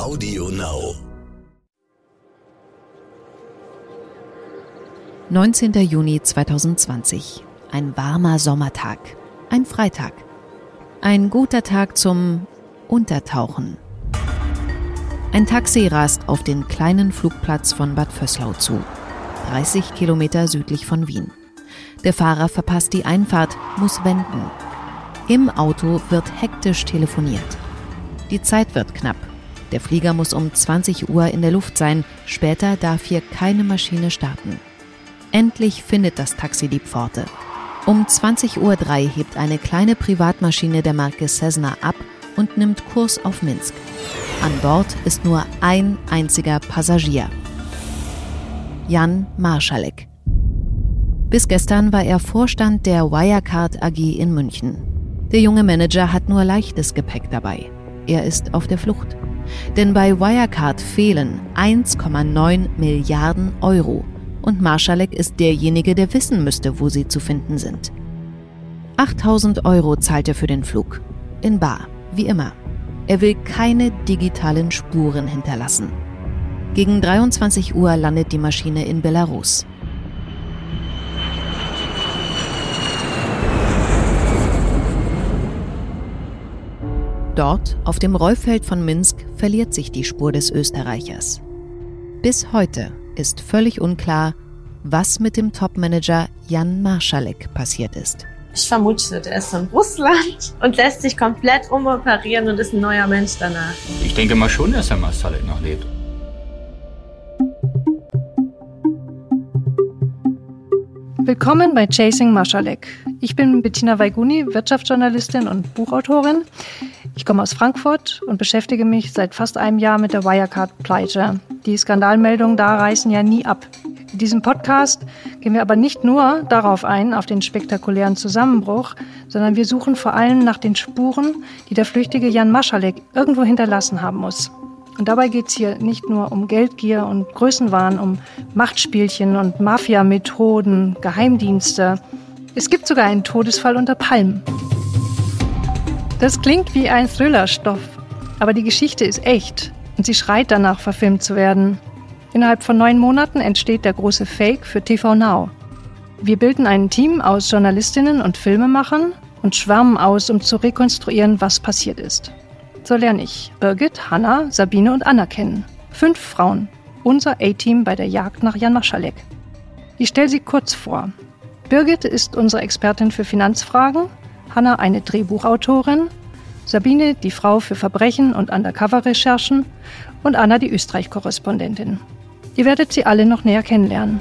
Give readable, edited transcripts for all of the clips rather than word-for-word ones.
Audio Now. 19. Juni 2020. Ein warmer Sommertag. Ein Freitag. Ein guter Tag zum Untertauchen. Ein Taxi rast auf den kleinen Flugplatz von Bad Vöslau zu. 30 Kilometer südlich von Wien. Der Fahrer verpasst die Einfahrt, muss wenden. Im Auto wird hektisch telefoniert. Die Zeit wird knapp. Der Flieger muss um 20 Uhr in der Luft sein. Später darf hier keine Maschine starten. Endlich findet das Taxi die Pforte. Um 20.03 Uhr hebt eine kleine Privatmaschine der Marke Cessna ab und nimmt Kurs auf Minsk. An Bord ist nur ein einziger Passagier. Jan Marschalek. Bis gestern war er Vorstand der Wirecard AG in München. Der junge Manager hat nur leichtes Gepäck dabei. Er ist auf der Flucht. Denn bei Wirecard fehlen 1,9 Milliarden Euro. Und Marschalek ist derjenige, der wissen müsste, wo sie zu finden sind. 8.000 Euro zahlt er für den Flug. In bar, wie immer. Er will keine digitalen Spuren hinterlassen. Gegen 23 Uhr landet die Maschine in Belarus. Dort, auf dem Rollfeld von Minsk, verliert sich die Spur des Österreichers. Bis heute ist völlig unklar, was mit dem Topmanager Jan Marschalek passiert ist. Ich vermute, der ist in Russland und lässt sich komplett umoperieren und ist ein neuer Mensch danach. Ich denke mal schon, dass Herr Marschalek noch lebt. Willkommen bei Chasing Marschalek. Ich bin Bettina Weiguni, Wirtschaftsjournalistin und Buchautorin. Ich komme aus Frankfurt und beschäftige mich seit fast einem Jahr mit der Wirecard-Pleite. Die Skandalmeldungen da reißen ja nie ab. In diesem Podcast gehen wir aber nicht nur darauf ein, auf den spektakulären Zusammenbruch, sondern wir suchen vor allem nach den Spuren, die der flüchtige Jan Marschalek irgendwo hinterlassen haben muss. Und dabei geht es hier nicht nur um Geldgier und Größenwahn, um Machtspielchen und Mafia-Methoden, Geheimdienste. Es gibt sogar einen Todesfall unter Palmen. Das klingt wie ein Thrillerstoff, aber die Geschichte ist echt und sie schreit danach, verfilmt zu werden. Innerhalb von 9 Monaten entsteht der große Fake für TV Now. Wir bilden ein Team aus Journalistinnen und Filmemachern und schwärmen aus, um zu rekonstruieren, was passiert ist. So lerne ich Birgit, Hanna, Sabine und Anna kennen. 5 Frauen, unser A-Team bei der Jagd nach Jan Marschalek. Ich stelle sie kurz vor. Birgit ist unsere Expertin für Finanzfragen, Hanna eine Drehbuchautorin, Sabine die Frau für Verbrechen und Undercover-Recherchen und Anna die Österreich-Korrespondentin. Ihr werdet sie alle noch näher kennenlernen.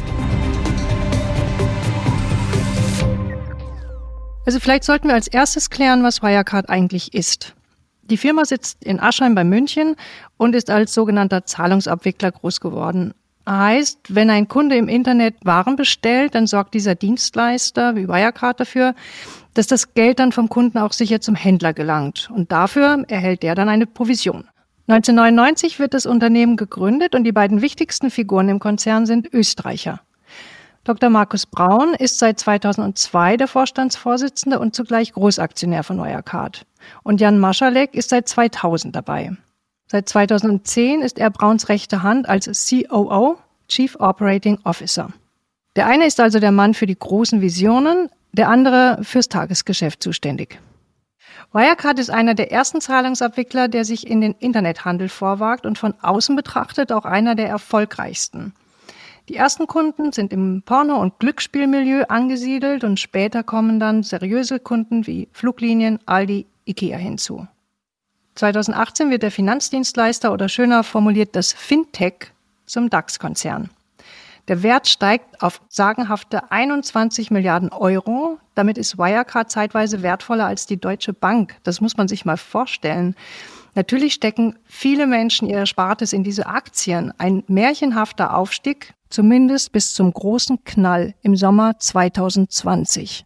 Also vielleicht sollten wir als erstes klären, was Wirecard eigentlich ist. Die Firma sitzt in Aschheim bei München und ist als sogenannter Zahlungsabwickler groß geworden. Heißt, wenn ein Kunde im Internet Waren bestellt, dann sorgt dieser Dienstleister wie Wirecard dafür, dass das Geld dann vom Kunden auch sicher zum Händler gelangt. Und dafür erhält der dann eine Provision. 1999 wird das Unternehmen gegründet und die beiden wichtigsten Figuren im Konzern sind Österreicher. Dr. Markus Braun ist seit 2002 der Vorstandsvorsitzende und zugleich Großaktionär von Wirecard. Und Jan Marschalek ist seit 2000 dabei. Seit 2010 ist er Brauns rechte Hand als COO, Chief Operating Officer. Der eine ist also der Mann für die großen Visionen, der andere fürs Tagesgeschäft zuständig. Wirecard ist einer der ersten Zahlungsabwickler, der sich in den Internethandel vorwagt und von außen betrachtet auch einer der erfolgreichsten. Die ersten Kunden sind im Porno- und Glücksspielmilieu angesiedelt und später kommen dann seriöse Kunden wie Fluglinien, Aldi, IKEA hinzu. 2018 wird der Finanzdienstleister oder schöner formuliert das Fintech zum DAX-Konzern. Der Wert steigt auf sagenhafte 21 Milliarden Euro. Damit ist Wirecard zeitweise wertvoller als die Deutsche Bank. Das muss man sich mal vorstellen. Natürlich stecken viele Menschen ihr Erspartes in diese Aktien. Ein märchenhafter Aufstieg, zumindest bis zum großen Knall im Sommer 2020.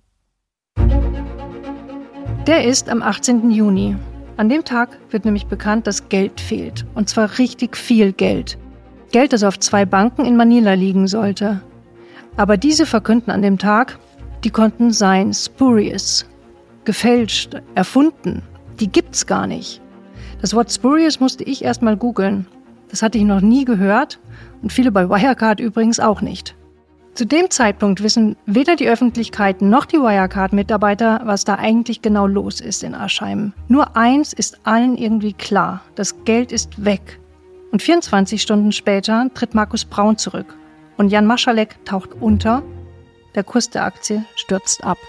Der ist am 18. Juni. An dem Tag wird nämlich bekannt, dass Geld fehlt. Und zwar richtig viel Geld. Geld, das auf 2 Banken in Manila liegen sollte. Aber diese verkünden an dem Tag, die Konten seien spurious, gefälscht, erfunden. Die gibt's gar nicht. Das Wort spurious musste ich erst mal googeln. Das hatte ich noch nie gehört und viele bei Wirecard übrigens auch nicht. Zu dem Zeitpunkt wissen weder die Öffentlichkeit noch die Wirecard-Mitarbeiter, was da eigentlich genau los ist in Aschheim. Nur eins ist allen irgendwie klar: Das Geld ist weg. Und 24 Stunden später tritt Markus Braun zurück. Und Jan Marschalek taucht unter. Der Kurs der Aktie stürzt ab.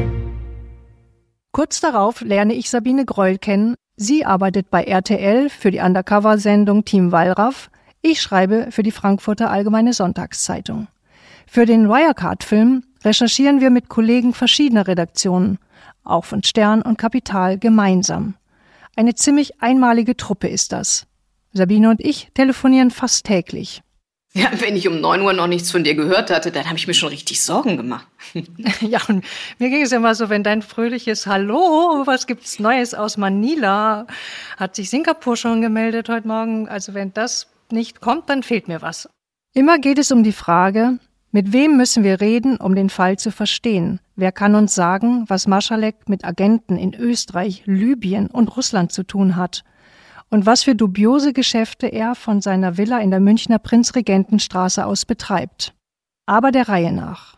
Kurz darauf lerne ich Sabine Greul kennen. Sie arbeitet bei RTL für die Undercover-Sendung Team Wallraff. Ich schreibe für die Frankfurter Allgemeine Sonntagszeitung. Für den Wirecard-Film recherchieren wir mit Kollegen verschiedener Redaktionen, auch von Stern und Kapital gemeinsam. Eine ziemlich einmalige Truppe ist das. Sabine und ich telefonieren fast täglich. Ja, wenn ich um 9 Uhr noch nichts von dir gehört hatte, dann habe ich mir schon richtig Sorgen gemacht. Ja, und mir ging es immer so, wenn dein fröhliches Hallo, was gibt's Neues aus Manila, hat sich Singapur schon gemeldet heute Morgen. Also wenn das nicht kommt, dann fehlt mir was. Immer geht es um die Frage, mit wem müssen wir reden, um den Fall zu verstehen? Wer kann uns sagen, was Marschalek mit Agenten in Österreich, Libyen und Russland zu tun hat? Und was für dubiose Geschäfte er von seiner Villa in der Münchner Prinzregentenstraße aus betreibt. Aber der Reihe nach.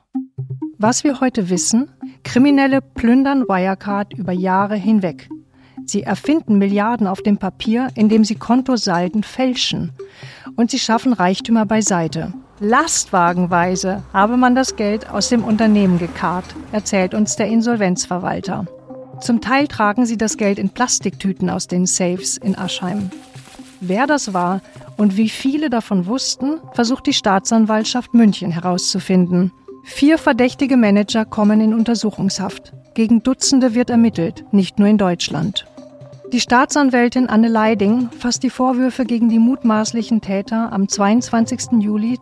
Was wir heute wissen: Kriminelle plündern Wirecard über Jahre hinweg. Sie erfinden Milliarden auf dem Papier, indem sie Kontosalden fälschen. Und sie schaffen Reichtümer beiseite. Lastwagenweise habe man das Geld aus dem Unternehmen gekarrt, erzählt uns der Insolvenzverwalter. Zum Teil tragen sie das Geld in Plastiktüten aus den Safes in Aschheim. Wer das war und wie viele davon wussten, versucht die Staatsanwaltschaft München herauszufinden. 4 verdächtige Manager kommen in Untersuchungshaft. Gegen Dutzende wird ermittelt, nicht nur in Deutschland. Die Staatsanwältin Anne Leiding fasst die Vorwürfe gegen die mutmaßlichen Täter am 22. Juli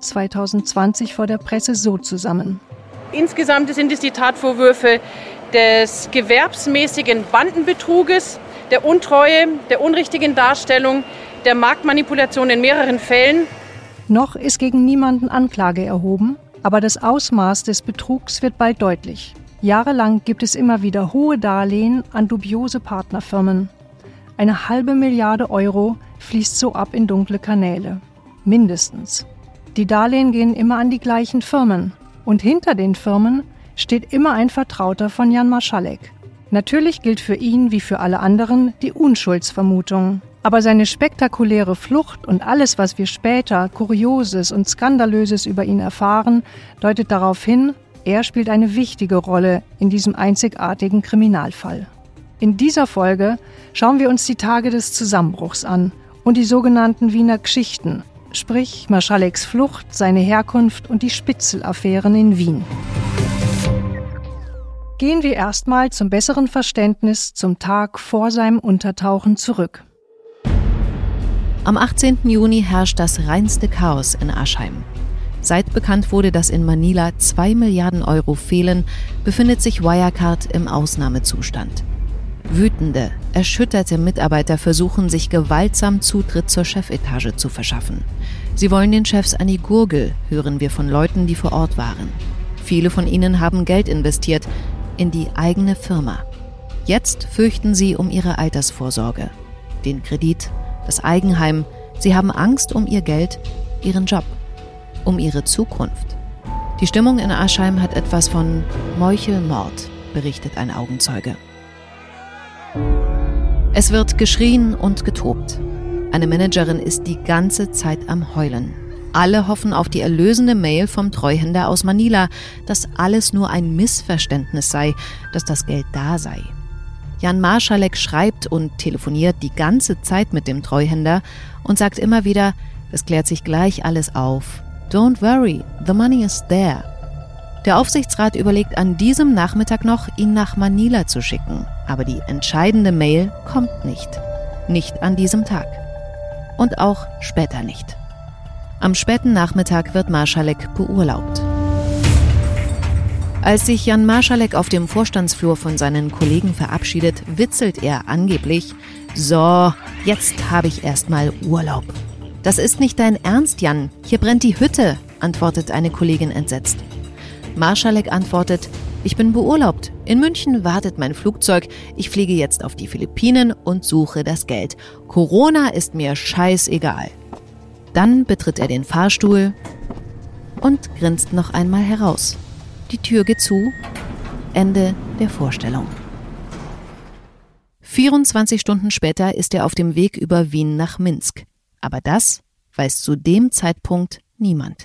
2020 vor der Presse so zusammen. Insgesamt sind es die Tatvorwürfe des gewerbsmäßigen Bandenbetruges, der Untreue, der unrichtigen Darstellung, der Marktmanipulation in mehreren Fällen. Noch ist gegen niemanden Anklage erhoben, aber das Ausmaß des Betrugs wird bald deutlich. Jahrelang gibt es immer wieder hohe Darlehen an dubiose Partnerfirmen. 1,5 Milliarde Euro fließt so ab in dunkle Kanäle. Mindestens. Die Darlehen gehen immer an die gleichen Firmen. Und hinter den Firmen steht immer ein Vertrauter von Jan Marschalek. Natürlich gilt für ihn wie für alle anderen die Unschuldsvermutung. Aber seine spektakuläre Flucht und alles, was wir später Kurioses und Skandalöses über ihn erfahren, deutet darauf hin, er spielt eine wichtige Rolle in diesem einzigartigen Kriminalfall. In dieser Folge schauen wir uns die Tage des Zusammenbruchs an und die sogenannten Wiener Geschichten, sprich Marschaleks Flucht, seine Herkunft und die Spitzel-Affären in Wien. Gehen wir erstmal zum besseren Verständnis zum Tag vor seinem Untertauchen zurück. Am 18. Juni herrscht das reinste Chaos in Aschheim. Seit bekannt wurde, dass in Manila 2 Milliarden Euro fehlen, befindet sich Wirecard im Ausnahmezustand. Wütende, erschütterte Mitarbeiter versuchen, sich gewaltsam Zutritt zur Chefetage zu verschaffen. Sie wollen den Chefs an die Gurgel, hören wir von Leuten, die vor Ort waren. Viele von ihnen haben Geld investiert in die eigene Firma. Jetzt fürchten sie um ihre Altersvorsorge, den Kredit, das Eigenheim. Sie haben Angst um ihr Geld, ihren Job, um ihre Zukunft. Die Stimmung in Aschheim hat etwas von Meuchelmord, berichtet ein Augenzeuge. Es wird geschrien und getobt. Eine Managerin ist die ganze Zeit am Heulen. Alle hoffen auf die erlösende Mail vom Treuhänder aus Manila, dass alles nur ein Missverständnis sei, dass das Geld da sei. Jan Marschalek schreibt und telefoniert die ganze Zeit mit dem Treuhänder und sagt immer wieder, es klärt sich gleich alles auf. Don't worry, the money is there. Der Aufsichtsrat überlegt an diesem Nachmittag noch, ihn nach Manila zu schicken. Aber die entscheidende Mail kommt nicht. Nicht an diesem Tag. Und auch später nicht. Am späten Nachmittag wird Marschalek beurlaubt. Als sich Jan Marschalek auf dem Vorstandsflur von seinen Kollegen verabschiedet, witzelt er angeblich: So, jetzt habe ich erstmal Urlaub. Das ist nicht dein Ernst, Jan. Hier brennt die Hütte, antwortet eine Kollegin entsetzt. Marschalek antwortet: Ich bin beurlaubt. In München wartet mein Flugzeug. Ich fliege jetzt auf die Philippinen und suche das Geld. Corona ist mir scheißegal. Dann betritt er den Fahrstuhl und grinst noch einmal heraus. Die Tür geht zu. Ende der Vorstellung. 24 Stunden später ist er auf dem Weg über Wien nach Minsk. Aber das weiß zu dem Zeitpunkt niemand.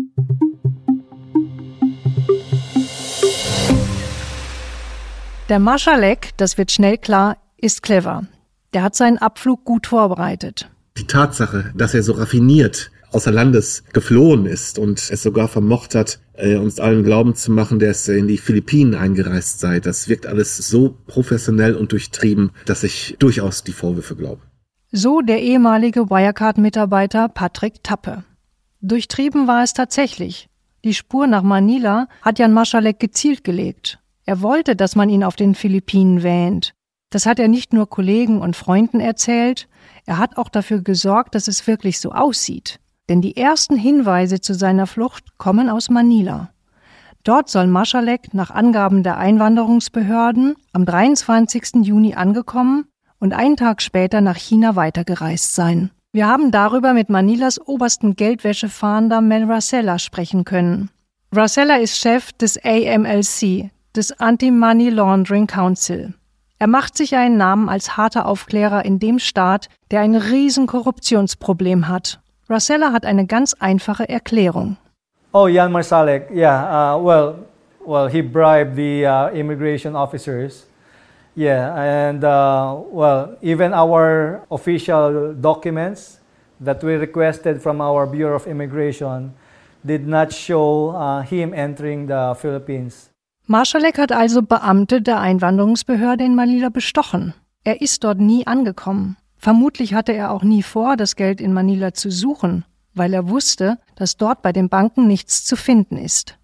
Der Marschalek, das wird schnell klar, ist clever. Der hat seinen Abflug gut vorbereitet. Die Tatsache, dass er so raffiniert außer Landes geflohen ist und es sogar vermocht hat, uns allen glauben zu machen, dass er in die Philippinen eingereist sei, das wirkt alles so professionell und durchtrieben, dass ich durchaus die Vorwürfe glaube. So der ehemalige Wirecard-Mitarbeiter Patrick Tappe. Durchtrieben war es tatsächlich. Die Spur nach Manila hat Jan Marschalek gezielt gelegt. Er wollte, dass man ihn auf den Philippinen wähnt. Das hat er nicht nur Kollegen und Freunden erzählt, er hat auch dafür gesorgt, dass es wirklich so aussieht. Denn die ersten Hinweise zu seiner Flucht kommen aus Manila. Dort soll Marschalek nach Angaben der Einwanderungsbehörden am 23. Juni angekommen und einen Tag später nach China weitergereist sein. Wir haben darüber mit Manilas obersten Geldwäschefahnder Mel Racela sprechen können. Racela ist Chef des AMLC, des Anti-Money Laundering Council. Er macht sich einen Namen als harter Aufklärer in dem Staat, der ein riesen Korruptionsproblem hat. Racela hat eine ganz einfache Erklärung. Oh, Jan Marschalek, yeah, well, he bribed the immigration officers. Yeah, and even our official documents that we requested from our Bureau of Immigration did not show him entering the Philippines. Marschalek hat also Beamte der Einwanderungsbehörde in Manila bestochen. Er ist dort nie angekommen. Vermutlich hatte er auch nie vor, das Geld in Manila zu suchen, weil er wusste, dass dort bei den Banken nichts zu finden ist.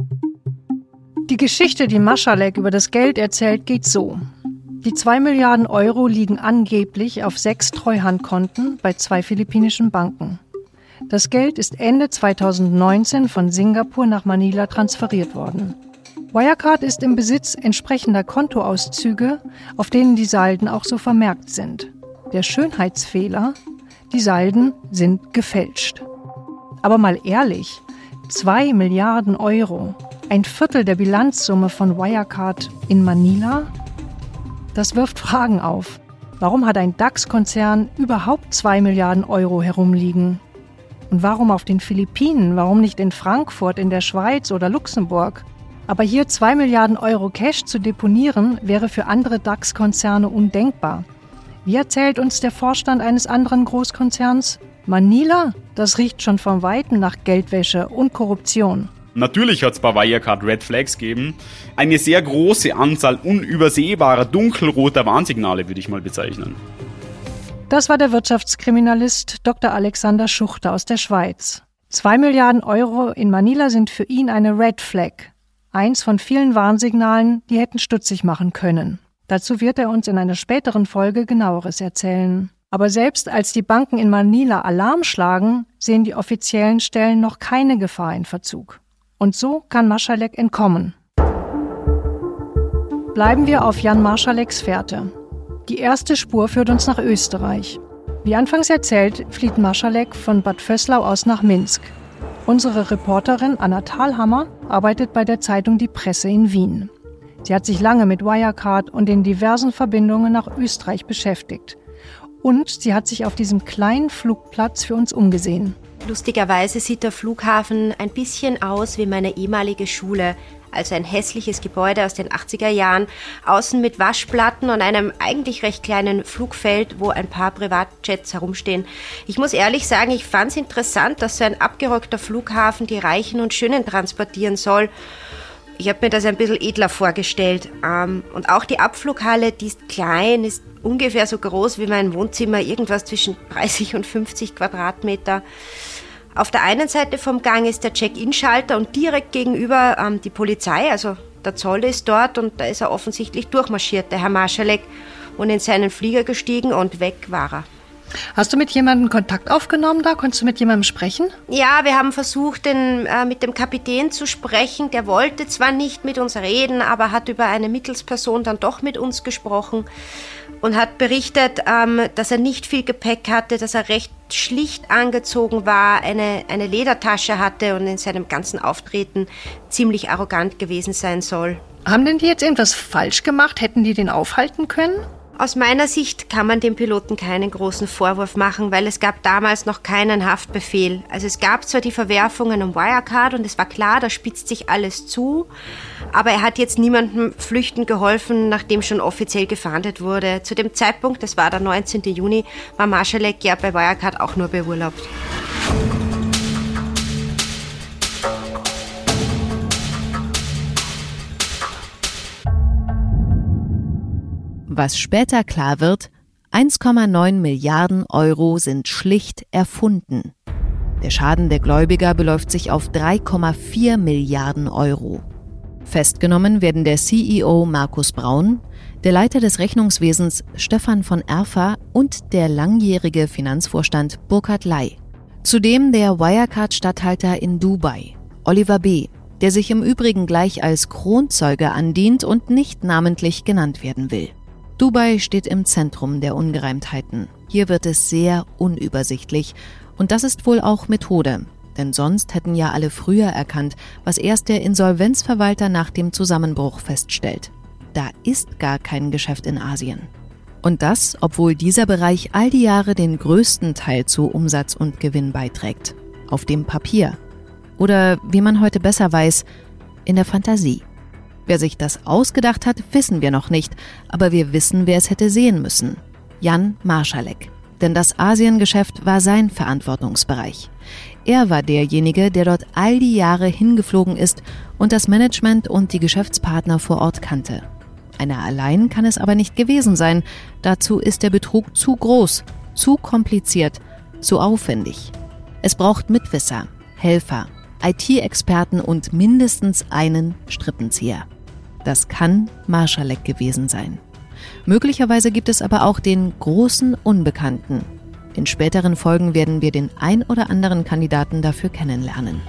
Die Geschichte, die Marschalek über das Geld erzählt, geht so. Die 2 Milliarden Euro liegen angeblich auf 6 Treuhandkonten bei 2 philippinischen Banken. Das Geld ist Ende 2019 von Singapur nach Manila transferiert worden. Wirecard ist im Besitz entsprechender Kontoauszüge, auf denen die Salden auch so vermerkt sind. Der Schönheitsfehler: die Salden sind gefälscht. Aber mal ehrlich, 2 Milliarden Euro, ein Viertel der Bilanzsumme von Wirecard in Manila? Das wirft Fragen auf. Warum hat ein DAX-Konzern überhaupt 2 Milliarden Euro herumliegen? Und warum auf den Philippinen? Warum nicht in Frankfurt, in der Schweiz oder Luxemburg? Aber hier 2 Milliarden Euro Cash zu deponieren, wäre für andere DAX-Konzerne undenkbar. Wie erzählt uns der Vorstand eines anderen Großkonzerns? Manila? Das riecht schon von Weitem nach Geldwäsche und Korruption. Natürlich hat es bei Wirecard Red Flags gegeben. Eine sehr große Anzahl unübersehbarer, dunkelroter Warnsignale, würde ich mal bezeichnen. Das war der Wirtschaftskriminalist Dr. Alexander Schuchter aus der Schweiz. 2 Milliarden Euro in Manila sind für ihn eine Red Flag. Eins von vielen Warnsignalen, die hätten stutzig machen können. Dazu wird er uns in einer späteren Folge Genaueres erzählen. Aber selbst als die Banken in Manila Alarm schlagen, sehen die offiziellen Stellen noch keine Gefahr in Verzug. Und so kann Marschalek entkommen. Bleiben wir auf Jan Marschaleks Fährte. Die erste Spur führt uns nach Österreich. Wie anfangs erzählt, flieht Marschalek von Bad Vöslau aus nach Minsk. Unsere Reporterin Anna Thalhammer arbeitet bei der Zeitung Die Presse in Wien. Sie hat sich lange mit Wirecard und den diversen Verbindungen nach Österreich beschäftigt. Und sie hat sich auf diesem kleinen Flugplatz für uns umgesehen. Lustigerweise sieht der Flughafen ein bisschen aus wie meine ehemalige Schule. Also ein hässliches Gebäude aus den 80er Jahren, außen mit Waschplatten und einem eigentlich recht kleinen Flugfeld, wo ein paar Privatjets herumstehen. Ich muss ehrlich sagen, ich fand es interessant, dass so ein abgerockter Flughafen die Reichen und Schönen transportieren soll. Ich habe mir das ein bisschen edler vorgestellt. Und auch die Abflughalle, die ist klein, ist ungefähr so groß wie mein Wohnzimmer, irgendwas zwischen 30 und 50 Quadratmeter. Auf der einen Seite vom Gang ist der Check-in-Schalter und direkt gegenüber die Polizei, also der Zoll ist dort und da ist er offensichtlich durchmarschiert, der Herr Marschalek, und in seinen Flieger gestiegen und weg war er. Hast du mit jemandem Kontakt aufgenommen da? Konntest du mit jemandem sprechen? Ja, wir haben versucht, mit dem Kapitän zu sprechen. Der wollte zwar nicht mit uns reden, aber hat über eine Mittelsperson dann doch mit uns gesprochen und hat berichtet, dass er nicht viel Gepäck hatte, dass er recht schlicht angezogen war, eine Ledertasche hatte und in seinem ganzen Auftreten ziemlich arrogant gewesen sein soll. Haben denn die jetzt irgendwas falsch gemacht? Hätten die den aufhalten können? Aus meiner Sicht kann man dem Piloten keinen großen Vorwurf machen, weil es gab damals noch keinen Haftbefehl. Also es gab zwar die Verwerfungen um Wirecard und es war klar, da spitzt sich alles zu, aber er hat jetzt niemandem flüchten geholfen, nachdem schon offiziell gefahndet wurde. Zu dem Zeitpunkt, das war der 19. Juni, war Marszalek ja bei Wirecard auch nur beurlaubt. Was später klar wird, 1,9 Milliarden Euro sind schlicht erfunden. Der Schaden der Gläubiger beläuft sich auf 3,4 Milliarden Euro. Festgenommen werden der CEO Markus Braun, der Leiter des Rechnungswesens Stefan von Erfa und der langjährige Finanzvorstand Burkhard Ley. Zudem der Wirecard-Statthalter in Dubai, Oliver B., der sich im Übrigen gleich als Kronzeuge andient und nicht namentlich genannt werden will. Dubai steht im Zentrum der Ungereimtheiten. Hier wird es sehr unübersichtlich und das ist wohl auch Methode, denn sonst hätten ja alle früher erkannt, was erst der Insolvenzverwalter nach dem Zusammenbruch feststellt. Da ist gar kein Geschäft in Asien. Und das, obwohl dieser Bereich all die Jahre den größten Teil zu Umsatz und Gewinn beiträgt. Auf dem Papier. Oder, wie man heute besser weiß, in der Fantasie. Wer sich das ausgedacht hat, wissen wir noch nicht, aber wir wissen, wer es hätte sehen müssen. Jan Marszalek. Denn das Asiengeschäft war sein Verantwortungsbereich. Er war derjenige, der dort all die Jahre hingeflogen ist und das Management und die Geschäftspartner vor Ort kannte. Einer allein kann es aber nicht gewesen sein. Dazu ist der Betrug zu groß, zu kompliziert, zu aufwendig. Es braucht Mitwisser, Helfer, IT-Experten und mindestens einen Strippenzieher. Das kann Marszalek gewesen sein. Möglicherweise gibt es aber auch den großen Unbekannten. In späteren Folgen werden wir den ein oder anderen Kandidaten dafür kennenlernen.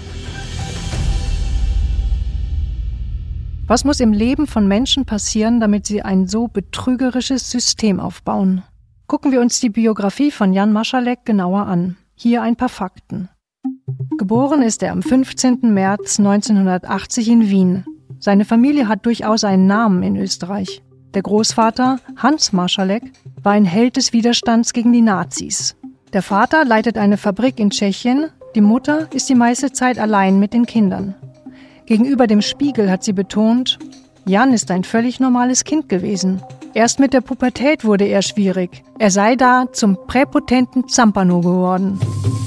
Was muss im Leben von Menschen passieren, damit sie ein so betrügerisches System aufbauen? Gucken wir uns die Biografie von Jan Marszalek genauer an. Hier ein paar Fakten. Geboren ist er am 15. März 1980 in Wien. Seine Familie hat durchaus einen Namen in Österreich. Der Großvater, Hans Marszalek, war ein Held des Widerstands gegen die Nazis. Der Vater leitet eine Fabrik in Tschechien, die Mutter ist die meiste Zeit allein mit den Kindern. Gegenüber dem Spiegel hat sie betont, Jan ist ein völlig normales Kind gewesen. Erst mit der Pubertät wurde er schwierig. Er sei da zum präpotenten Zampano geworden.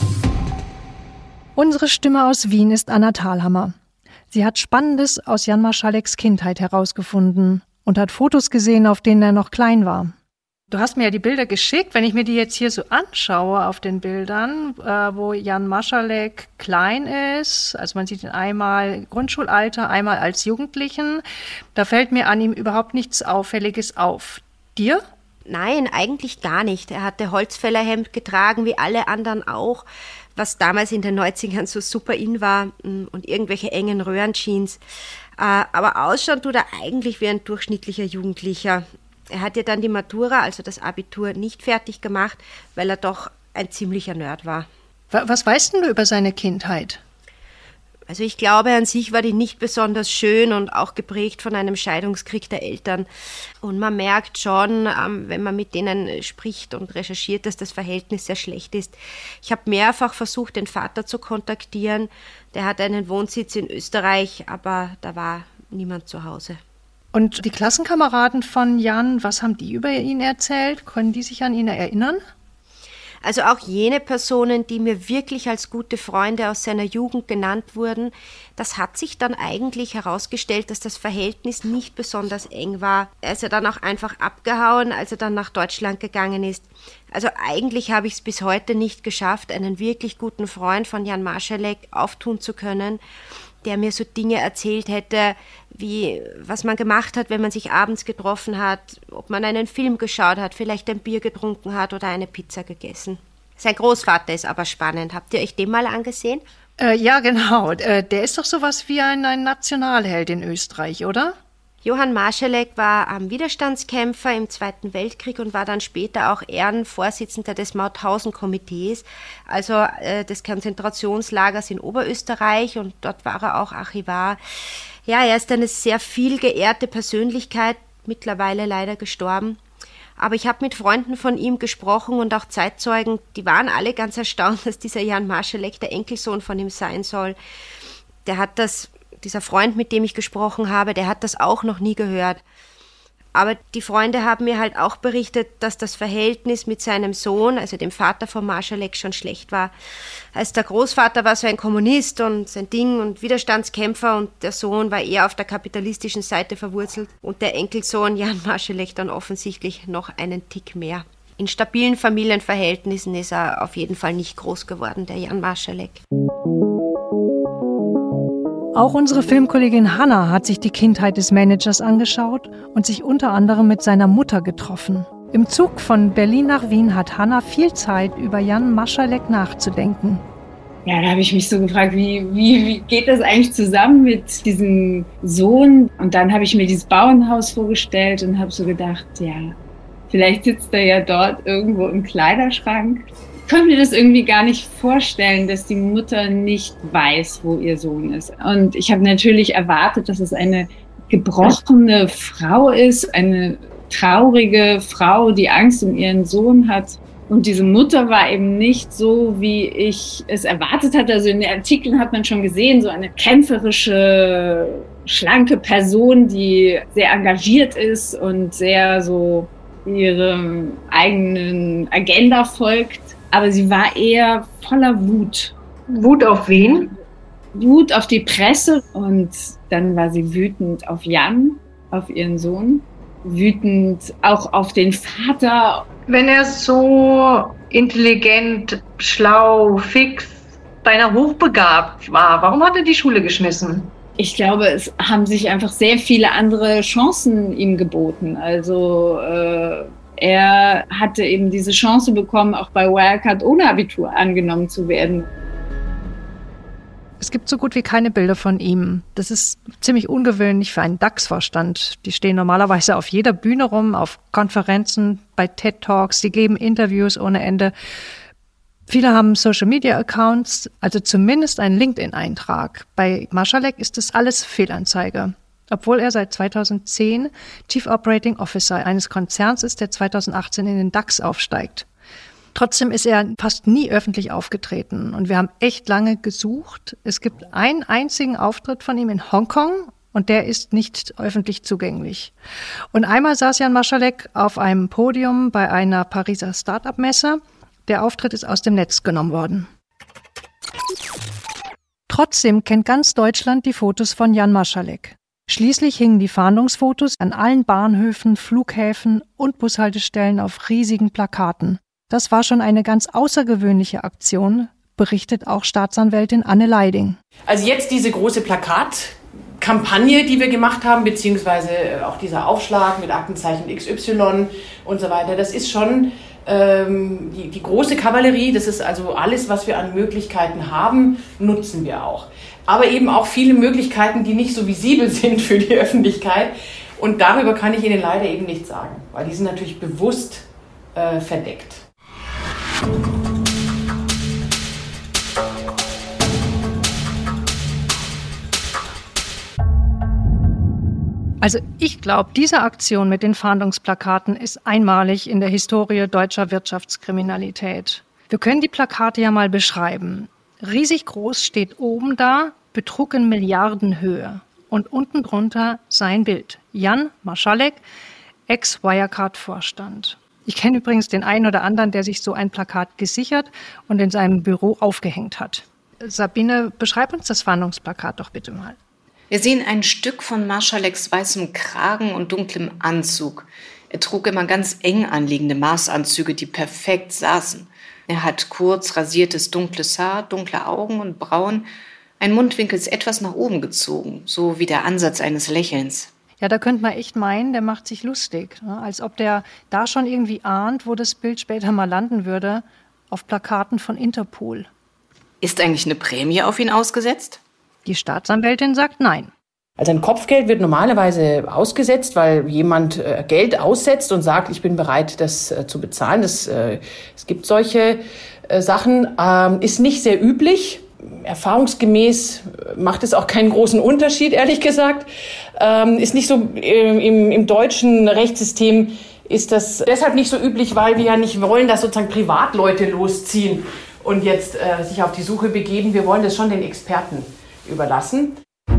Unsere Stimme aus Wien ist Anna Thalhammer. Sie hat Spannendes aus Jan Marszaleks Kindheit herausgefunden und hat Fotos gesehen, auf denen er noch klein war. Du hast mir ja die Bilder geschickt, wenn ich mir die jetzt hier so anschaue auf den Bildern, wo Jan Marszalek klein ist, also man sieht ihn einmal Grundschulalter, einmal als Jugendlichen, da fällt mir an ihm überhaupt nichts Auffälliges auf. Dir? Nein, eigentlich gar nicht. Er hatte Holzfällerhemd getragen, wie alle anderen auch, was damals in den 90ern so super in war, und irgendwelche engen Röhrenjeans. Aber ausschauen tut er eigentlich wie ein durchschnittlicher Jugendlicher. Er hat ja dann die Matura, also das Abitur, nicht fertig gemacht, weil er doch ein ziemlicher Nerd war. Was weißt denn du über seine Kindheit? Also ich glaube, an sich war die nicht besonders schön und auch geprägt von einem Scheidungskrieg der Eltern. Und man merkt schon, wenn man mit denen spricht und recherchiert, dass das Verhältnis sehr schlecht ist. Ich habe mehrfach versucht, den Vater zu kontaktieren. Der hat einen Wohnsitz in Österreich, aber da war niemand zu Hause. Und die Klassenkameraden von Jan, was haben die über ihn erzählt? Können die sich an ihn erinnern? Also auch jene Personen, die mir wirklich als gute Freunde aus seiner Jugend genannt wurden, das hat sich dann eigentlich herausgestellt, dass das Verhältnis nicht besonders eng war. Er ist ja dann auch einfach abgehauen, als er dann nach Deutschland gegangen ist. Also eigentlich habe ich es bis heute nicht geschafft, einen wirklich guten Freund von Jan Marszalek auftun zu können. der mir so Dinge erzählt hätte, wie was man gemacht hat, wenn man sich abends getroffen hat, ob man einen Film geschaut hat, vielleicht ein Bier getrunken hat oder eine Pizza gegessen. Sein Großvater ist aber spannend. Habt ihr euch den mal angesehen? Ja, genau. Der ist doch sowas wie ein Nationalheld in Österreich, oder? Johann Marschalek war Widerstandskämpfer im Zweiten Weltkrieg und war dann später auch Ehrenvorsitzender des Mauthausen-Komitees, also des Konzentrationslagers in Oberösterreich, und dort war er auch Archivar. Ja, er ist eine sehr viel geehrte Persönlichkeit, mittlerweile leider gestorben. Aber ich habe mit Freunden von ihm gesprochen und auch Zeitzeugen, die waren alle ganz erstaunt, dass dieser Jan Marschalek der Enkelsohn von ihm sein soll. Dieser Freund, mit dem ich gesprochen habe, der hat das auch noch nie gehört. Aber die Freunde haben mir halt auch berichtet, dass das Verhältnis mit seinem Sohn, also dem Vater von Marschalek, schon schlecht war. Als der Großvater war so ein Kommunist und sein Ding und Widerstandskämpfer, und der Sohn war eher auf der kapitalistischen Seite verwurzelt und der Enkelsohn Jan Marschalek dann offensichtlich noch einen Tick mehr. In stabilen Familienverhältnissen ist er auf jeden Fall nicht groß geworden, der Jan Marschalek. Auch unsere Filmkollegin Hanna hat sich die Kindheit des Managers angeschaut und sich unter anderem mit seiner Mutter getroffen. Im Zug von Berlin nach Wien hat Hanna viel Zeit, über Jan Marschalek nachzudenken. Ja, da habe ich mich so gefragt, wie geht das eigentlich zusammen mit diesem Sohn? Und dann habe ich mir dieses Bauernhaus vorgestellt und habe so gedacht, ja, vielleicht sitzt er ja dort irgendwo im Kleiderschrank. Ich konnte mir das irgendwie gar nicht vorstellen, dass die Mutter nicht weiß, wo ihr Sohn ist. Und ich habe natürlich erwartet, dass es eine gebrochene Frau ist, eine traurige Frau, die Angst um ihren Sohn hat. Und diese Mutter war eben nicht so, wie ich es erwartet hatte. Also in den Artikeln hat man schon gesehen, so eine kämpferische, schlanke Person, die sehr engagiert ist und sehr so ihrem eigenen Agenda folgt. Aber sie war eher voller Wut. Wut auf wen? Wut auf die Presse, und dann war sie wütend auf Jan, auf ihren Sohn, wütend auch auf den Vater. Wenn er so intelligent, schlau, fix, beinahe hochbegabt war, warum hat er die Schule geschmissen? Ich glaube, es haben sich einfach sehr viele andere Chancen ihm geboten. Also er hatte eben diese Chance bekommen, auch bei Wirecard ohne Abitur angenommen zu werden. Es gibt so gut wie keine Bilder von ihm. Das ist ziemlich ungewöhnlich für einen DAX-Vorstand. Die stehen normalerweise auf jeder Bühne rum, auf Konferenzen, bei TED-Talks, die geben Interviews ohne Ende. Viele haben Social-Media-Accounts, also zumindest einen LinkedIn-Eintrag. Bei Marschalek ist das alles Fehlanzeige, obwohl er seit 2010 Chief Operating Officer eines Konzerns ist, der 2018 in den DAX aufsteigt. Trotzdem ist er fast nie öffentlich aufgetreten und wir haben echt lange gesucht. Es gibt einen einzigen Auftritt von ihm in Hongkong und der ist nicht öffentlich zugänglich. Und einmal saß Jan Marschalek auf einem Podium bei einer Pariser Start-up-Messe. Der Auftritt ist aus dem Netz genommen worden. Trotzdem kennt ganz Deutschland die Fotos von Jan Marschalek. Schließlich hingen die Fahndungsfotos an allen Bahnhöfen, Flughäfen und Bushaltestellen auf riesigen Plakaten. Das war schon eine ganz außergewöhnliche Aktion, berichtet auch Staatsanwältin Anne Leiding. Also jetzt diese große Plakatkampagne, die wir gemacht haben, beziehungsweise auch dieser Aufschlag mit Aktenzeichen XY und so weiter, das ist schon die große Kavallerie. Das ist also alles, was wir an Möglichkeiten haben, nutzen wir auch. Aber eben auch viele Möglichkeiten, die nicht so visibel sind für die Öffentlichkeit. Und darüber kann ich Ihnen leider eben nichts sagen, weil die sind natürlich bewusst verdeckt. Also ich glaube, diese Aktion mit den Fahndungsplakaten ist einmalig in der Historie deutscher Wirtschaftskriminalität. Wir können die Plakate ja mal beschreiben. Riesig groß steht oben da, Betrug in Milliardenhöhe. Und unten drunter sein Bild. Jan Marschalek, Ex-Wirecard-Vorstand. Ich kenne übrigens den einen oder anderen, der sich so ein Plakat gesichert und in seinem Büro aufgehängt hat. Sabine, beschreib uns das Fahndungsplakat doch bitte mal. Wir sehen ein Stück von Marschaleks weißem Kragen und dunklem Anzug. Er trug immer ganz eng anliegende Maßanzüge, die perfekt saßen. Er hat kurz rasiertes dunkles Haar, dunkle Augen und Brauen, Ein Mundwinkel ist etwas nach oben gezogen, so wie der Ansatz eines Lächelns. Ja, da könnte man echt meinen, der macht sich lustig. Ne? Als ob der da schon irgendwie ahnt, wo das Bild später mal landen würde, auf Plakaten von Interpol. Ist eigentlich eine Prämie auf ihn ausgesetzt? Die Staatsanwältin sagt nein. Also ein Kopfgeld wird normalerweise ausgesetzt, weil jemand Geld aussetzt und sagt, ich bin bereit, das zu bezahlen. Es gibt solche Sachen. Ist nicht sehr üblich. Erfahrungsgemäß macht es auch keinen großen Unterschied, ehrlich gesagt. Ist nicht so im deutschen Rechtssystem ist das deshalb nicht so üblich, weil wir ja nicht wollen, dass sozusagen Privatleute losziehen und jetzt sich auf die Suche begeben. Wir wollen das schon den Experten überlassen.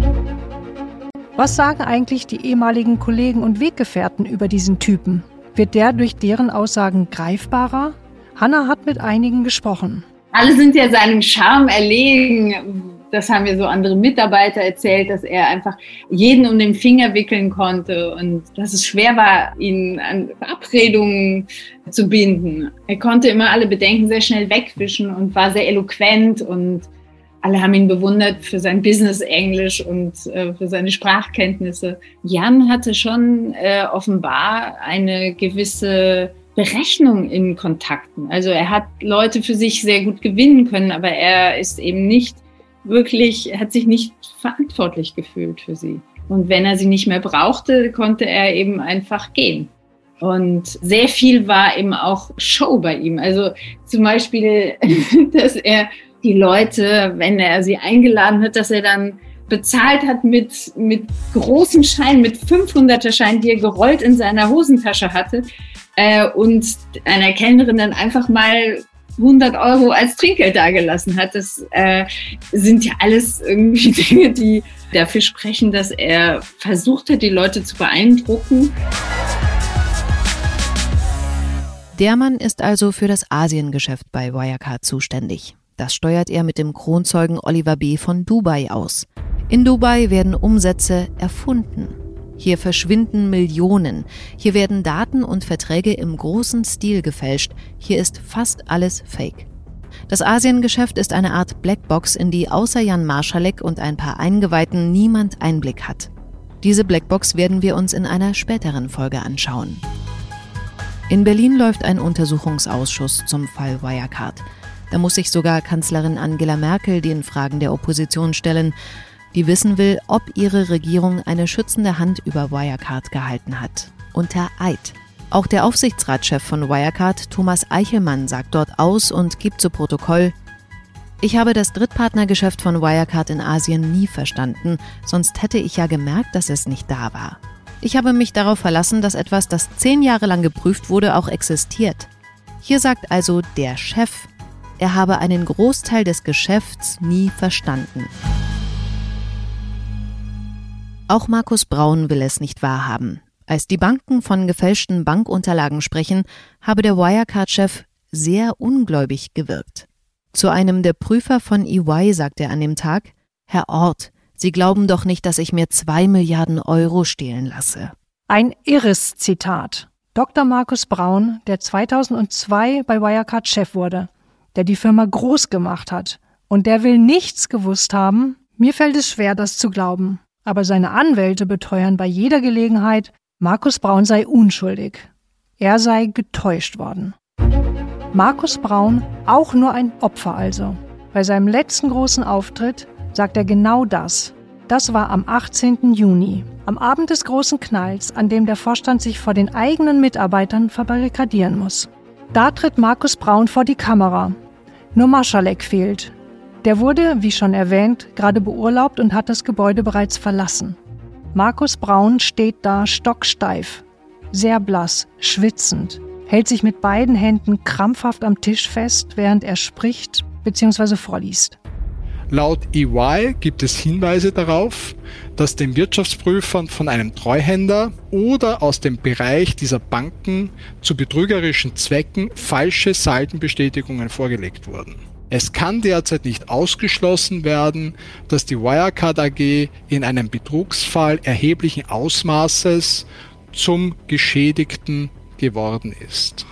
Was sagen eigentlich die ehemaligen Kollegen und Weggefährten über diesen Typen? Wird der durch deren Aussagen greifbarer? Hanna hat mit einigen gesprochen. Alle sind ja seinem Charme erlegen. Das haben mir so andere Mitarbeiter erzählt, dass er einfach jeden um den Finger wickeln konnte und dass es schwer war, ihn an Verabredungen zu binden. Er konnte immer alle Bedenken sehr schnell wegwischen und war sehr eloquent und alle haben ihn bewundert für sein Business-Englisch und für seine Sprachkenntnisse. Jan hatte schon offenbar eine gewisse Berechnung in Kontakten. Also er hat Leute für sich sehr gut gewinnen können, aber er ist eben nicht wirklich, hat sich nicht verantwortlich gefühlt für sie. Und wenn er sie nicht mehr brauchte, konnte er eben einfach gehen. Und sehr viel war eben auch Show bei ihm. Also zum Beispiel, dass er die Leute, wenn er sie eingeladen hat, dass er dann bezahlt hat mit großen Scheinen, mit 500er Scheinen, die er gerollt in seiner Hosentasche hatte, und einer Kellnerin dann einfach mal 100 € als Trinkgeld dagelassen hat. Das sind ja alles irgendwie Dinge, die dafür sprechen, dass er versucht hat, die Leute zu beeindrucken. Der Mann ist also für das Asiengeschäft bei Wirecard zuständig. Das steuert er mit dem Kronzeugen Oliver B. von Dubai aus. In Dubai werden Umsätze erfunden. Hier verschwinden Millionen. Hier werden Daten und Verträge im großen Stil gefälscht. Hier ist fast alles Fake. Das Asiengeschäft ist eine Art Blackbox, in die außer Jan Marschalek und ein paar Eingeweihten niemand Einblick hat. Diese Blackbox werden wir uns in einer späteren Folge anschauen. In Berlin läuft ein Untersuchungsausschuss zum Fall Wirecard. Da muss sich sogar Kanzlerin Angela Merkel den Fragen der Opposition stellen, die wissen will, ob ihre Regierung eine schützende Hand über Wirecard gehalten hat. Unter Eid. Auch der Aufsichtsratschef von Wirecard, Thomas Eichelmann, sagt dort aus und gibt zu Protokoll: Ich habe das Drittpartnergeschäft von Wirecard in Asien nie verstanden, sonst hätte ich ja gemerkt, dass es nicht da war. Ich habe mich darauf verlassen, dass etwas, das 10 Jahre lang geprüft wurde, auch existiert. Hier sagt also der Chef, er habe einen Großteil des Geschäfts nie verstanden. Auch Markus Braun will es nicht wahrhaben. Als die Banken von gefälschten Bankunterlagen sprechen, habe der Wirecard-Chef sehr ungläubig gewirkt. Zu einem der Prüfer von EY sagt er an dem Tag: Herr Orth, Sie glauben doch nicht, dass ich mir 2 Milliarden € stehlen lasse. Ein irres Zitat. Dr. Markus Braun, der 2002 bei Wirecard Chef wurde, der die Firma groß gemacht hat, und der will nichts gewusst haben. Mir fällt es schwer, das zu glauben. Aber seine Anwälte beteuern bei jeder Gelegenheit, Markus Braun sei unschuldig. Er sei getäuscht worden. Markus Braun auch nur ein Opfer also. Bei seinem letzten großen Auftritt sagt er genau das. Das war am 18. Juni, am Abend des großen Knalls, an dem der Vorstand sich vor den eigenen Mitarbeitern verbarrikadieren muss. Da tritt Markus Braun vor die Kamera. Nur Marschalek fehlt. Der wurde, wie schon erwähnt, gerade beurlaubt und hat das Gebäude bereits verlassen. Markus Braun steht da stocksteif, sehr blass, schwitzend, hält sich mit beiden Händen krampfhaft am Tisch fest, während er spricht bzw. vorliest. Laut EY gibt es Hinweise darauf, dass den Wirtschaftsprüfern von einem Treuhänder oder aus dem Bereich dieser Banken zu betrügerischen Zwecken falsche Saldenbestätigungen vorgelegt wurden. Es kann derzeit nicht ausgeschlossen werden, dass die Wirecard AG in einem Betrugsfall erheblichen Ausmaßes zum Geschädigten geworden ist.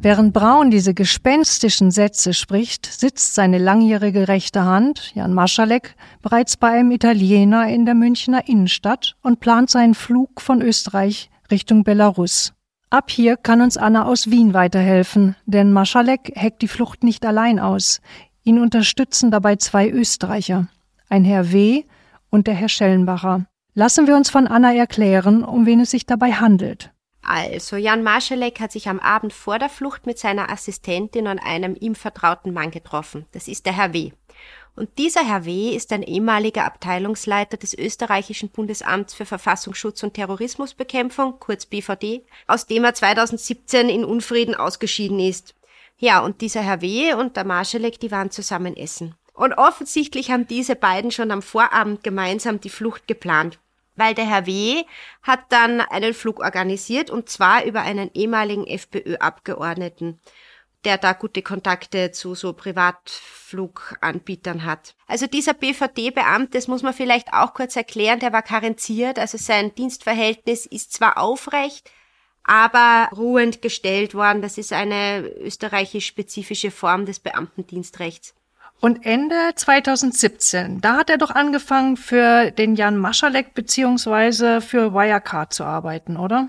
Während Braun diese gespenstischen Sätze spricht, sitzt seine langjährige rechte Hand, Jan Marschalek, bereits bei einem Italiener in der Münchner Innenstadt und plant seinen Flug von Österreich Richtung Belarus. Ab hier kann uns Anna aus Wien weiterhelfen, denn Marschalek heckt die Flucht nicht allein aus. Ihn unterstützen dabei 2 Österreicher, ein Herr W. und der Herr Schellenbacher. Lassen wir uns von Anna erklären, um wen es sich dabei handelt. Also, Jan Marschalek hat sich am Abend vor der Flucht mit seiner Assistentin und einem ihm vertrauten Mann getroffen. Das ist der Herr W. Und dieser Herr W. ist ein ehemaliger Abteilungsleiter des österreichischen Bundesamts für Verfassungsschutz und Terrorismusbekämpfung, kurz BVD, aus dem er 2017 in Unfrieden ausgeschieden ist. Ja, und dieser Herr W. und der Marschalek, die waren zusammen essen. Und offensichtlich haben diese beiden schon am Vorabend gemeinsam die Flucht geplant. Weil der Herr W. hat dann einen Flug organisiert, und zwar über einen ehemaligen FPÖ-Abgeordneten, der da gute Kontakte zu so Privatfluganbietern hat. Also dieser BVD-Beamte, das muss man vielleicht auch kurz erklären, der war karenziert, also sein Dienstverhältnis ist zwar aufrecht, aber ruhend gestellt worden. Das ist eine österreichisch-spezifische Form des Beamtendienstrechts. Und Ende 2017, da hat er doch angefangen, für den Jan Marschalek bzw. für Wirecard zu arbeiten, oder?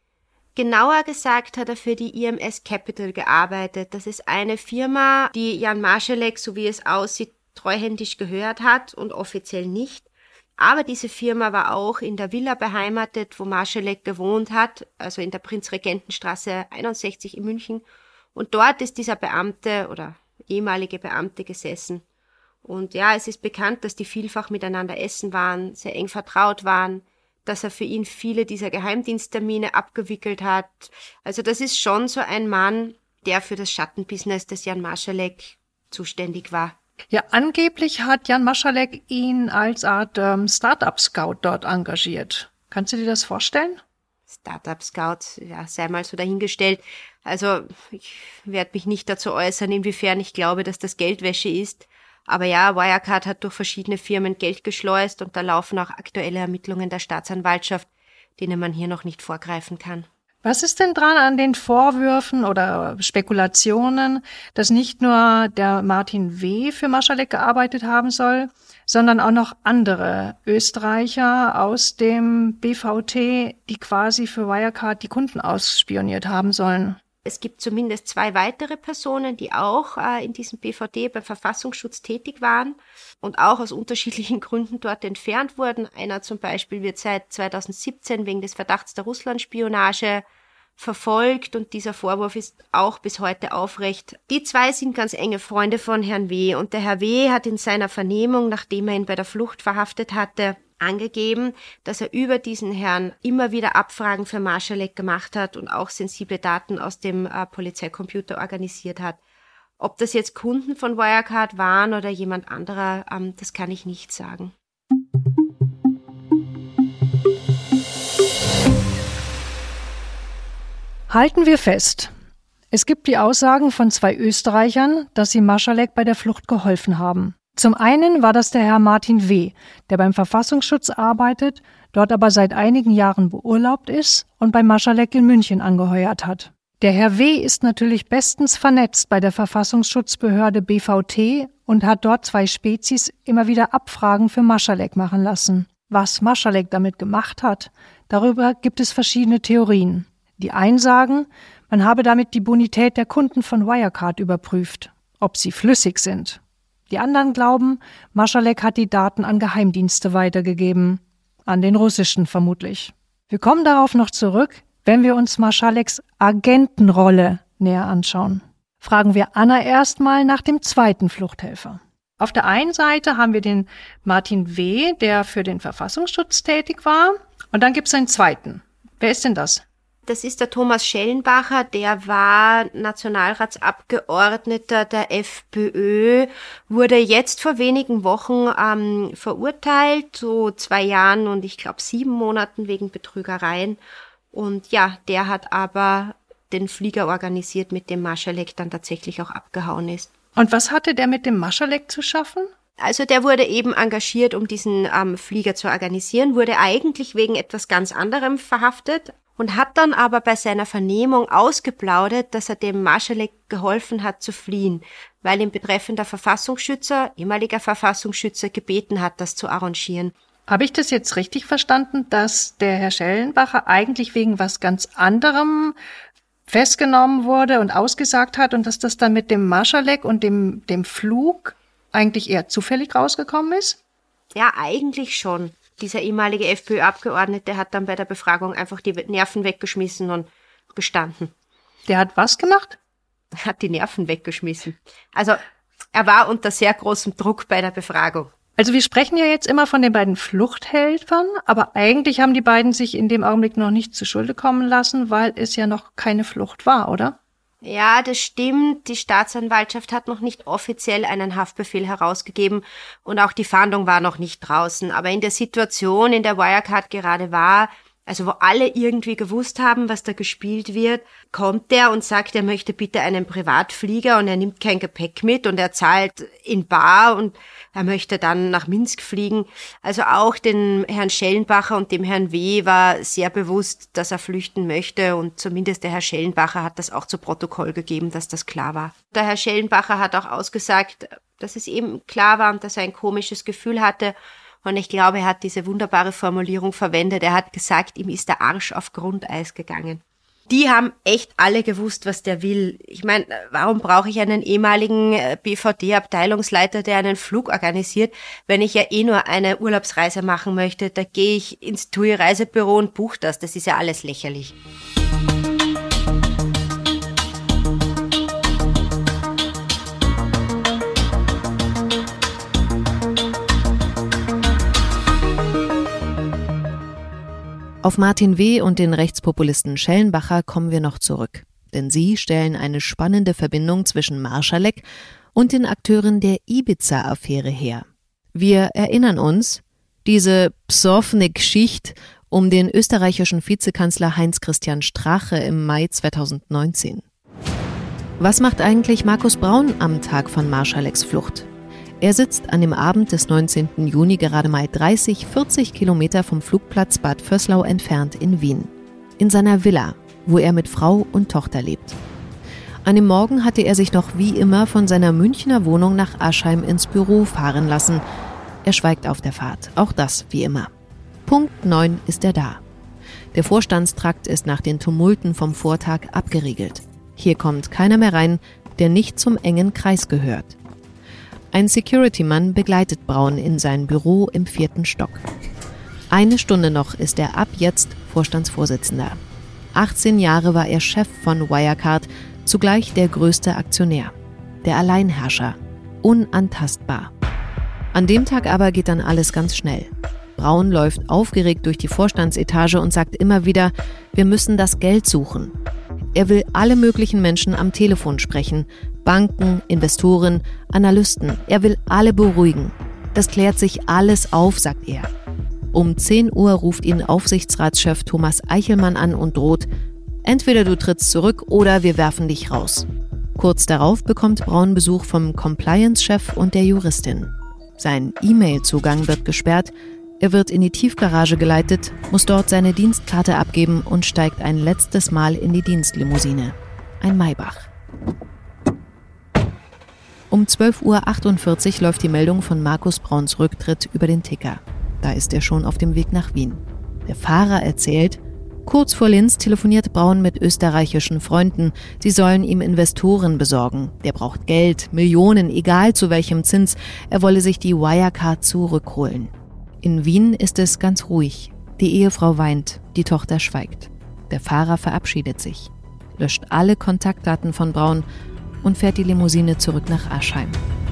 Genauer gesagt hat er für die IMS Capital gearbeitet. Das ist eine Firma, die Jan Marschalek, so wie es aussieht, treuhändisch gehört hat und offiziell nicht. Aber diese Firma war auch in der Villa beheimatet, wo Marschalek gewohnt hat, also in der Prinzregentenstraße 61 in München. Und dort ist dieser Beamte oder ehemalige Beamte gesessen. Und ja, es ist bekannt, dass die vielfach miteinander essen waren, sehr eng vertraut waren, dass er für ihn viele dieser Geheimdiensttermine abgewickelt hat. Also das ist schon so ein Mann, der für das Schattenbusiness des Jan Marschalek zuständig war. Ja, angeblich hat Jan Marschalek ihn als Art Startup-Scout dort engagiert. Kannst du dir das vorstellen? Startup-Scout, ja, sei mal so dahingestellt. Also ich werde mich nicht dazu äußern, inwiefern ich glaube, dass das Geldwäsche ist. Aber ja, Wirecard hat durch verschiedene Firmen Geld geschleust und da laufen auch aktuelle Ermittlungen der Staatsanwaltschaft, denen man hier noch nicht vorgreifen kann. Was ist denn dran an den Vorwürfen oder Spekulationen, dass nicht nur der Martin W. für Marschalek gearbeitet haben soll, sondern auch noch andere Österreicher aus dem BVT, die quasi für Wirecard die Kunden ausspioniert haben sollen? Es gibt zumindest 2 weitere Personen, die auch in diesem BVD beim Verfassungsschutz tätig waren und auch aus unterschiedlichen Gründen dort entfernt wurden. Einer zum Beispiel wird seit 2017 wegen des Verdachts der Russlandspionage verfolgt und dieser Vorwurf ist auch bis heute aufrecht. Die 2 sind ganz enge Freunde von Herrn W. Und der Herr W. hat in seiner Vernehmung, nachdem er ihn bei der Flucht verhaftet hatte, angegeben, dass er über diesen Herrn immer wieder Abfragen für Marschalek gemacht hat und auch sensible Daten aus dem Polizeicomputer organisiert hat. Ob das jetzt Kunden von Wirecard waren oder jemand anderer, das kann ich nicht sagen. Halten wir fest. Es gibt die Aussagen von 2 Österreichern, dass sie Marschalek bei der Flucht geholfen haben. Zum einen war das der Herr Martin W., der beim Verfassungsschutz arbeitet, dort aber seit einigen Jahren beurlaubt ist und bei Marschalek in München angeheuert hat. Der Herr W. ist natürlich bestens vernetzt bei der Verfassungsschutzbehörde BVT und hat dort 2 Spezies immer wieder Abfragen für Marschalek machen lassen. Was Marschalek damit gemacht hat, darüber gibt es verschiedene Theorien. Die einen sagen, man habe damit die Bonität der Kunden von Wirecard überprüft, ob sie flüssig sind. Die anderen glauben, Marschalek hat die Daten an Geheimdienste weitergegeben, an den russischen vermutlich. Wir kommen darauf noch zurück, wenn wir uns Marschaleks Agentenrolle näher anschauen. Fragen wir Anna erstmal nach dem zweiten Fluchthelfer. Auf der einen Seite haben wir den Martin W., der für den Verfassungsschutz tätig war, und dann gibt es einen zweiten. Wer ist denn das? Das ist der Thomas Schellenbacher, der war Nationalratsabgeordneter der FPÖ, wurde jetzt vor wenigen Wochen verurteilt, zu 2 Jahren und ich glaube 7 Monaten wegen Betrügereien. Und ja, der hat aber den Flieger organisiert, mit dem Marschalek dann tatsächlich auch abgehauen ist. Und was hatte der mit dem Marschalek zu schaffen? Also der wurde eben engagiert, um diesen Flieger zu organisieren, wurde eigentlich wegen etwas ganz anderem verhaftet. und hat dann aber bei seiner Vernehmung ausgeplaudert, dass er dem Marschalek geholfen hat zu fliehen, weil ihm betreffender ehemaliger Verfassungsschützer, gebeten hat, das zu arrangieren. Habe ich das jetzt richtig verstanden, dass der Herr Schellenbacher eigentlich wegen was ganz anderem festgenommen wurde und ausgesagt hat und dass das dann mit dem Marschalek und dem Flug eigentlich eher zufällig rausgekommen ist? Ja, eigentlich schon. Dieser ehemalige FPÖ-Abgeordnete hat dann bei der Befragung einfach die Nerven weggeschmissen und gestanden. Der hat was gemacht? Er hat die Nerven weggeschmissen. Also er war unter sehr großem Druck bei der Befragung. Also wir sprechen ja jetzt immer von den beiden Fluchthelfern, aber eigentlich haben die beiden sich in dem Augenblick noch nicht zu Schulde kommen lassen, weil es ja noch keine Flucht war, oder? Ja, das stimmt. Die Staatsanwaltschaft hat noch nicht offiziell einen Haftbefehl herausgegeben und auch die Fahndung war noch nicht draußen. Aber in der Situation, in der Wirecard gerade war, also wo alle irgendwie gewusst haben, was da gespielt wird, kommt der und sagt, er möchte bitte einen Privatflieger und er nimmt kein Gepäck mit und er zahlt in bar und er möchte dann nach Minsk fliegen. Also auch dem Herrn Schellenbacher und dem Herrn W. war sehr bewusst, dass er flüchten möchte und zumindest der Herr Schellenbacher hat das auch zu Protokoll gegeben, dass das klar war. Der Herr Schellenbacher hat auch ausgesagt, dass es eben klar war und dass er ein komisches Gefühl hatte. Und ich glaube, er hat diese wunderbare Formulierung verwendet. Er hat gesagt, ihm ist der Arsch auf Grundeis gegangen. Die haben echt alle gewusst, was der will. Ich meine, warum brauche ich einen ehemaligen BVD-Abteilungsleiter, der einen Flug organisiert, wenn ich ja nur eine Urlaubsreise machen möchte? Da gehe ich ins TUI-Reisebüro und buche das. Das ist ja alles lächerlich. Auf Martin W. und den Rechtspopulisten Schellenbacher kommen wir noch zurück. Denn sie stellen eine spannende Verbindung zwischen Marschalek und den Akteuren der Ibiza-Affäre her. Wir erinnern uns, diese Psownik-Schicht um den österreichischen Vizekanzler Heinz-Christian Strache im Mai 2019. Was macht eigentlich Markus Braun am Tag von Marschaleks Flucht? Er sitzt an dem Abend des 19. Juni gerade mal 40 Kilometer vom Flugplatz Bad Vöslau entfernt in Wien. In seiner Villa, wo er mit Frau und Tochter lebt. An dem Morgen hatte er sich noch wie immer von seiner Münchner Wohnung nach Aschheim ins Büro fahren lassen. Er schweigt auf der Fahrt, auch das wie immer. Punkt 9 ist er da. Der Vorstandstrakt ist nach den Tumulten vom Vortag abgeriegelt. Hier kommt keiner mehr rein, der nicht zum engen Kreis gehört. Ein Security-Mann begleitet Braun in sein Büro im 4. Stock. Eine Stunde noch ist er ab jetzt Vorstandsvorsitzender. 18 Jahre war er Chef von Wirecard, zugleich der größte Aktionär. Der Alleinherrscher. Unantastbar. An dem Tag aber geht dann alles ganz schnell. Braun läuft aufgeregt durch die Vorstandsetage und sagt immer wieder, wir müssen das Geld suchen. Er will alle möglichen Menschen am Telefon sprechen. Banken, Investoren, Analysten. Er will alle beruhigen. Das klärt sich alles auf, sagt er. Um 10 Uhr ruft ihn Aufsichtsratschef Thomas Eichelmann an und droht, entweder du trittst zurück oder wir werfen dich raus. Kurz darauf bekommt Braun Besuch vom Compliance-Chef und der Juristin. Sein E-Mail-Zugang wird gesperrt. Er wird in die Tiefgarage geleitet, muss dort seine Dienstkarte abgeben und steigt ein letztes Mal in die Dienstlimousine. Ein Maybach. Um 12:48 Uhr läuft die Meldung von Markus Brauns Rücktritt über den Ticker. Da ist er schon auf dem Weg nach Wien. Der Fahrer erzählt, kurz vor Linz telefoniert Braun mit österreichischen Freunden. Sie sollen ihm Investoren besorgen. Der braucht Geld, Millionen, egal zu welchem Zins. Er wolle sich die Wirecard zurückholen. In Wien ist es ganz ruhig. Die Ehefrau weint, die Tochter schweigt. Der Fahrer verabschiedet sich, löscht alle Kontaktdaten von Braun und fährt die Limousine zurück nach Aschheim.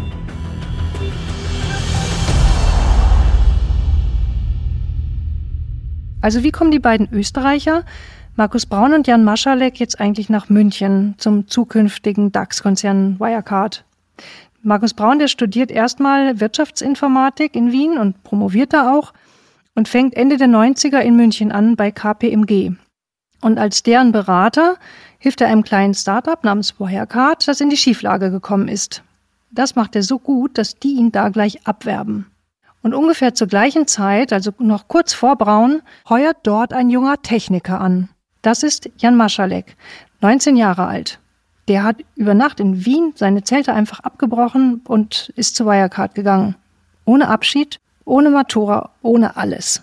Also wie kommen die beiden Österreicher, Markus Braun und Jan Marschalek, jetzt eigentlich nach München zum zukünftigen DAX-Konzern Wirecard? Markus Braun, der studiert erstmal Wirtschaftsinformatik in Wien und promoviert da auch und fängt Ende der 90er in München an bei KPMG. Und als deren Berater hilft er einem kleinen Startup namens Wirecard, das in die Schieflage gekommen ist. Das macht er so gut, dass die ihn da gleich abwerben. Und ungefähr zur gleichen Zeit, also noch kurz vor Braun, heuert dort ein junger Techniker an. Das ist Jan Marschalek, 19 Jahre alt. Der hat über Nacht in Wien seine Zelte einfach abgebrochen und ist zu Wirecard gegangen. Ohne Abschied, ohne Matura, ohne alles.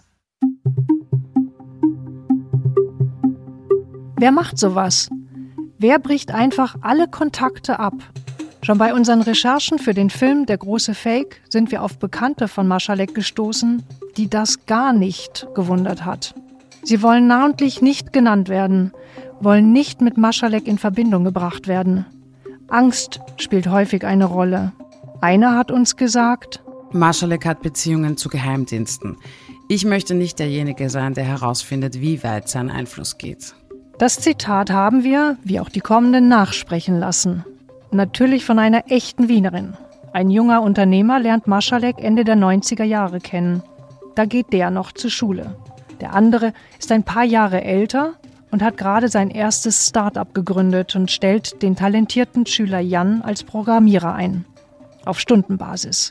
Wer macht sowas? Wer bricht einfach alle Kontakte ab? Schon bei unseren Recherchen für den Film Der große Fake sind wir auf Bekannte von Marschalek gestoßen, die das gar nicht gewundert hat. Sie wollen namentlich nicht genannt werden, wollen nicht mit Marschalek in Verbindung gebracht werden. Angst spielt häufig eine Rolle. Einer hat uns gesagt: Marschalek hat Beziehungen zu Geheimdiensten. Ich möchte nicht derjenige sein, der herausfindet, wie weit sein Einfluss geht. Das Zitat haben wir, wie auch die kommenden, nachsprechen lassen. Natürlich von einer echten Wienerin. Ein junger Unternehmer lernt Marschalek Ende der 90er Jahre kennen. Da geht der noch zur Schule. Der andere ist ein paar Jahre älter und hat gerade sein erstes Start-up gegründet und stellt den talentierten Schüler Jan als Programmierer ein. Auf Stundenbasis.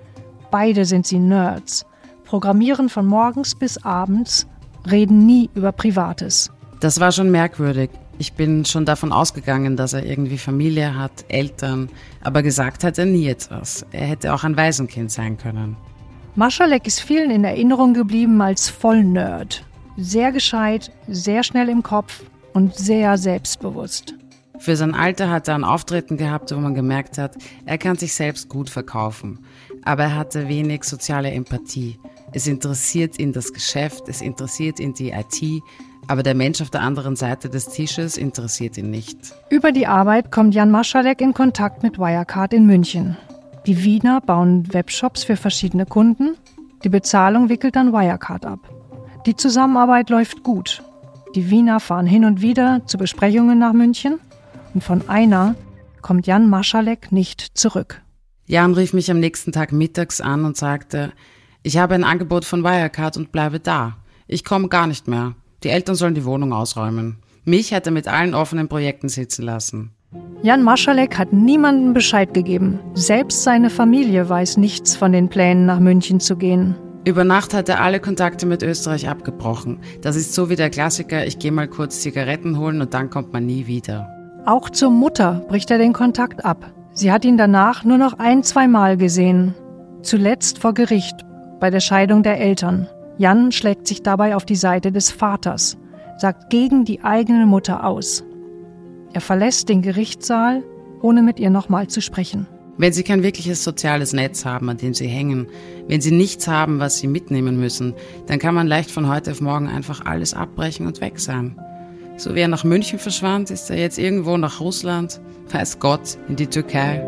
Beide sind sie Nerds, programmieren von morgens bis abends, reden nie über Privates. Das war schon merkwürdig. Ich bin schon davon ausgegangen, dass er irgendwie Familie hat, Eltern, aber gesagt hat er nie etwas. Er hätte auch ein Waisenkind sein können. Marschalek ist vielen in Erinnerung geblieben als Vollnerd. Sehr gescheit, sehr schnell im Kopf und sehr selbstbewusst. Für sein Alter hat er ein Auftreten gehabt, wo man gemerkt hat, er kann sich selbst gut verkaufen. Aber er hatte wenig soziale Empathie. Es interessiert ihn das Geschäft, es interessiert ihn die IT, aber der Mensch auf der anderen Seite des Tisches interessiert ihn nicht. Über die Arbeit kommt Jan Marschalek in Kontakt mit Wirecard in München. Die Wiener bauen Webshops für verschiedene Kunden. Die Bezahlung wickelt dann Wirecard ab. Die Zusammenarbeit läuft gut. Die Wiener fahren hin und wieder zu Besprechungen nach München. Und von einer kommt Jan Marschalek nicht zurück. Jan rief mich am nächsten Tag mittags an und sagte: Ich habe ein Angebot von Wirecard und bleibe da. Ich komme gar nicht mehr. Die Eltern sollen die Wohnung ausräumen. Mich hat er mit allen offenen Projekten sitzen lassen. Jan Marschalek hat niemandem Bescheid gegeben. Selbst seine Familie weiß nichts von den Plänen, nach München zu gehen. Über Nacht hat er alle Kontakte mit Österreich abgebrochen. Das ist so wie der Klassiker: Ich gehe mal kurz Zigaretten holen und dann kommt man nie wieder. Auch zur Mutter bricht er den Kontakt ab. Sie hat ihn danach nur noch 1-2 Mal gesehen. Zuletzt vor Gericht, bei der Scheidung der Eltern. Jan schlägt sich dabei auf die Seite des Vaters, sagt gegen die eigene Mutter aus. Er verlässt den Gerichtssaal, ohne mit ihr nochmal zu sprechen. Wenn Sie kein wirkliches soziales Netz haben, an dem Sie hängen, wenn Sie nichts haben, was Sie mitnehmen müssen, dann kann man leicht von heute auf morgen einfach alles abbrechen und weg sein. So wie er nach München verschwand, ist er jetzt irgendwo nach Russland, weiß Gott, in die Türkei.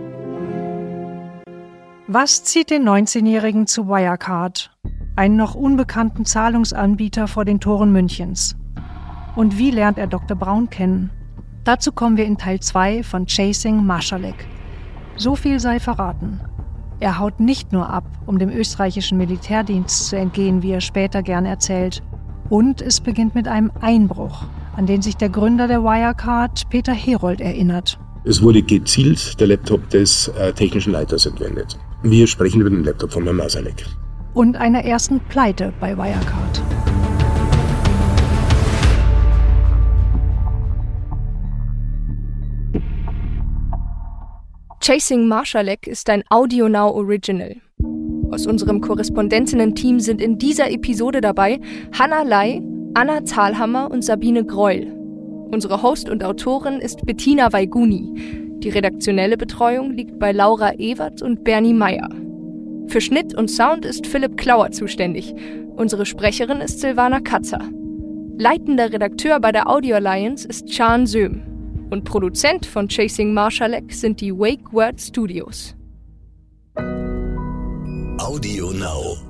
Was zieht den 19-Jährigen zu Wirecard, einen noch unbekannten Zahlungsanbieter vor den Toren Münchens? Und wie lernt er Dr. Braun kennen? Dazu kommen wir in Teil 2 von Chasing Marschalek. So viel sei verraten. Er haut nicht nur ab, um dem österreichischen Militärdienst zu entgehen, wie er später gern erzählt. Und es beginnt mit einem Einbruch, an den sich der Gründer der Wirecard, Peter Herold, erinnert. Es wurde gezielt der Laptop des technischen Leiters entwendet. Wir sprechen über den Laptop von Herrn Marschalek. Und einer ersten Pleite bei Wirecard. Chasing Marschalek ist ein AudioNow Original. Aus unserem Korrespondentinnen-Team sind in dieser Episode dabei Hannah Lai, Anna Thalhammer und Sabine Greul. Unsere Host und Autorin ist Bettina Weiguni. Die redaktionelle Betreuung liegt bei Laura Ewert und Bernie Meyer. Für Schnitt und Sound ist Philipp Klauer zuständig. Unsere Sprecherin ist Silvana Katzer. Leitender Redakteur bei der Audio Alliance ist Can Söhm. Und Produzent von Chasing Marschalek sind die Wake Word Studios. AudioNow.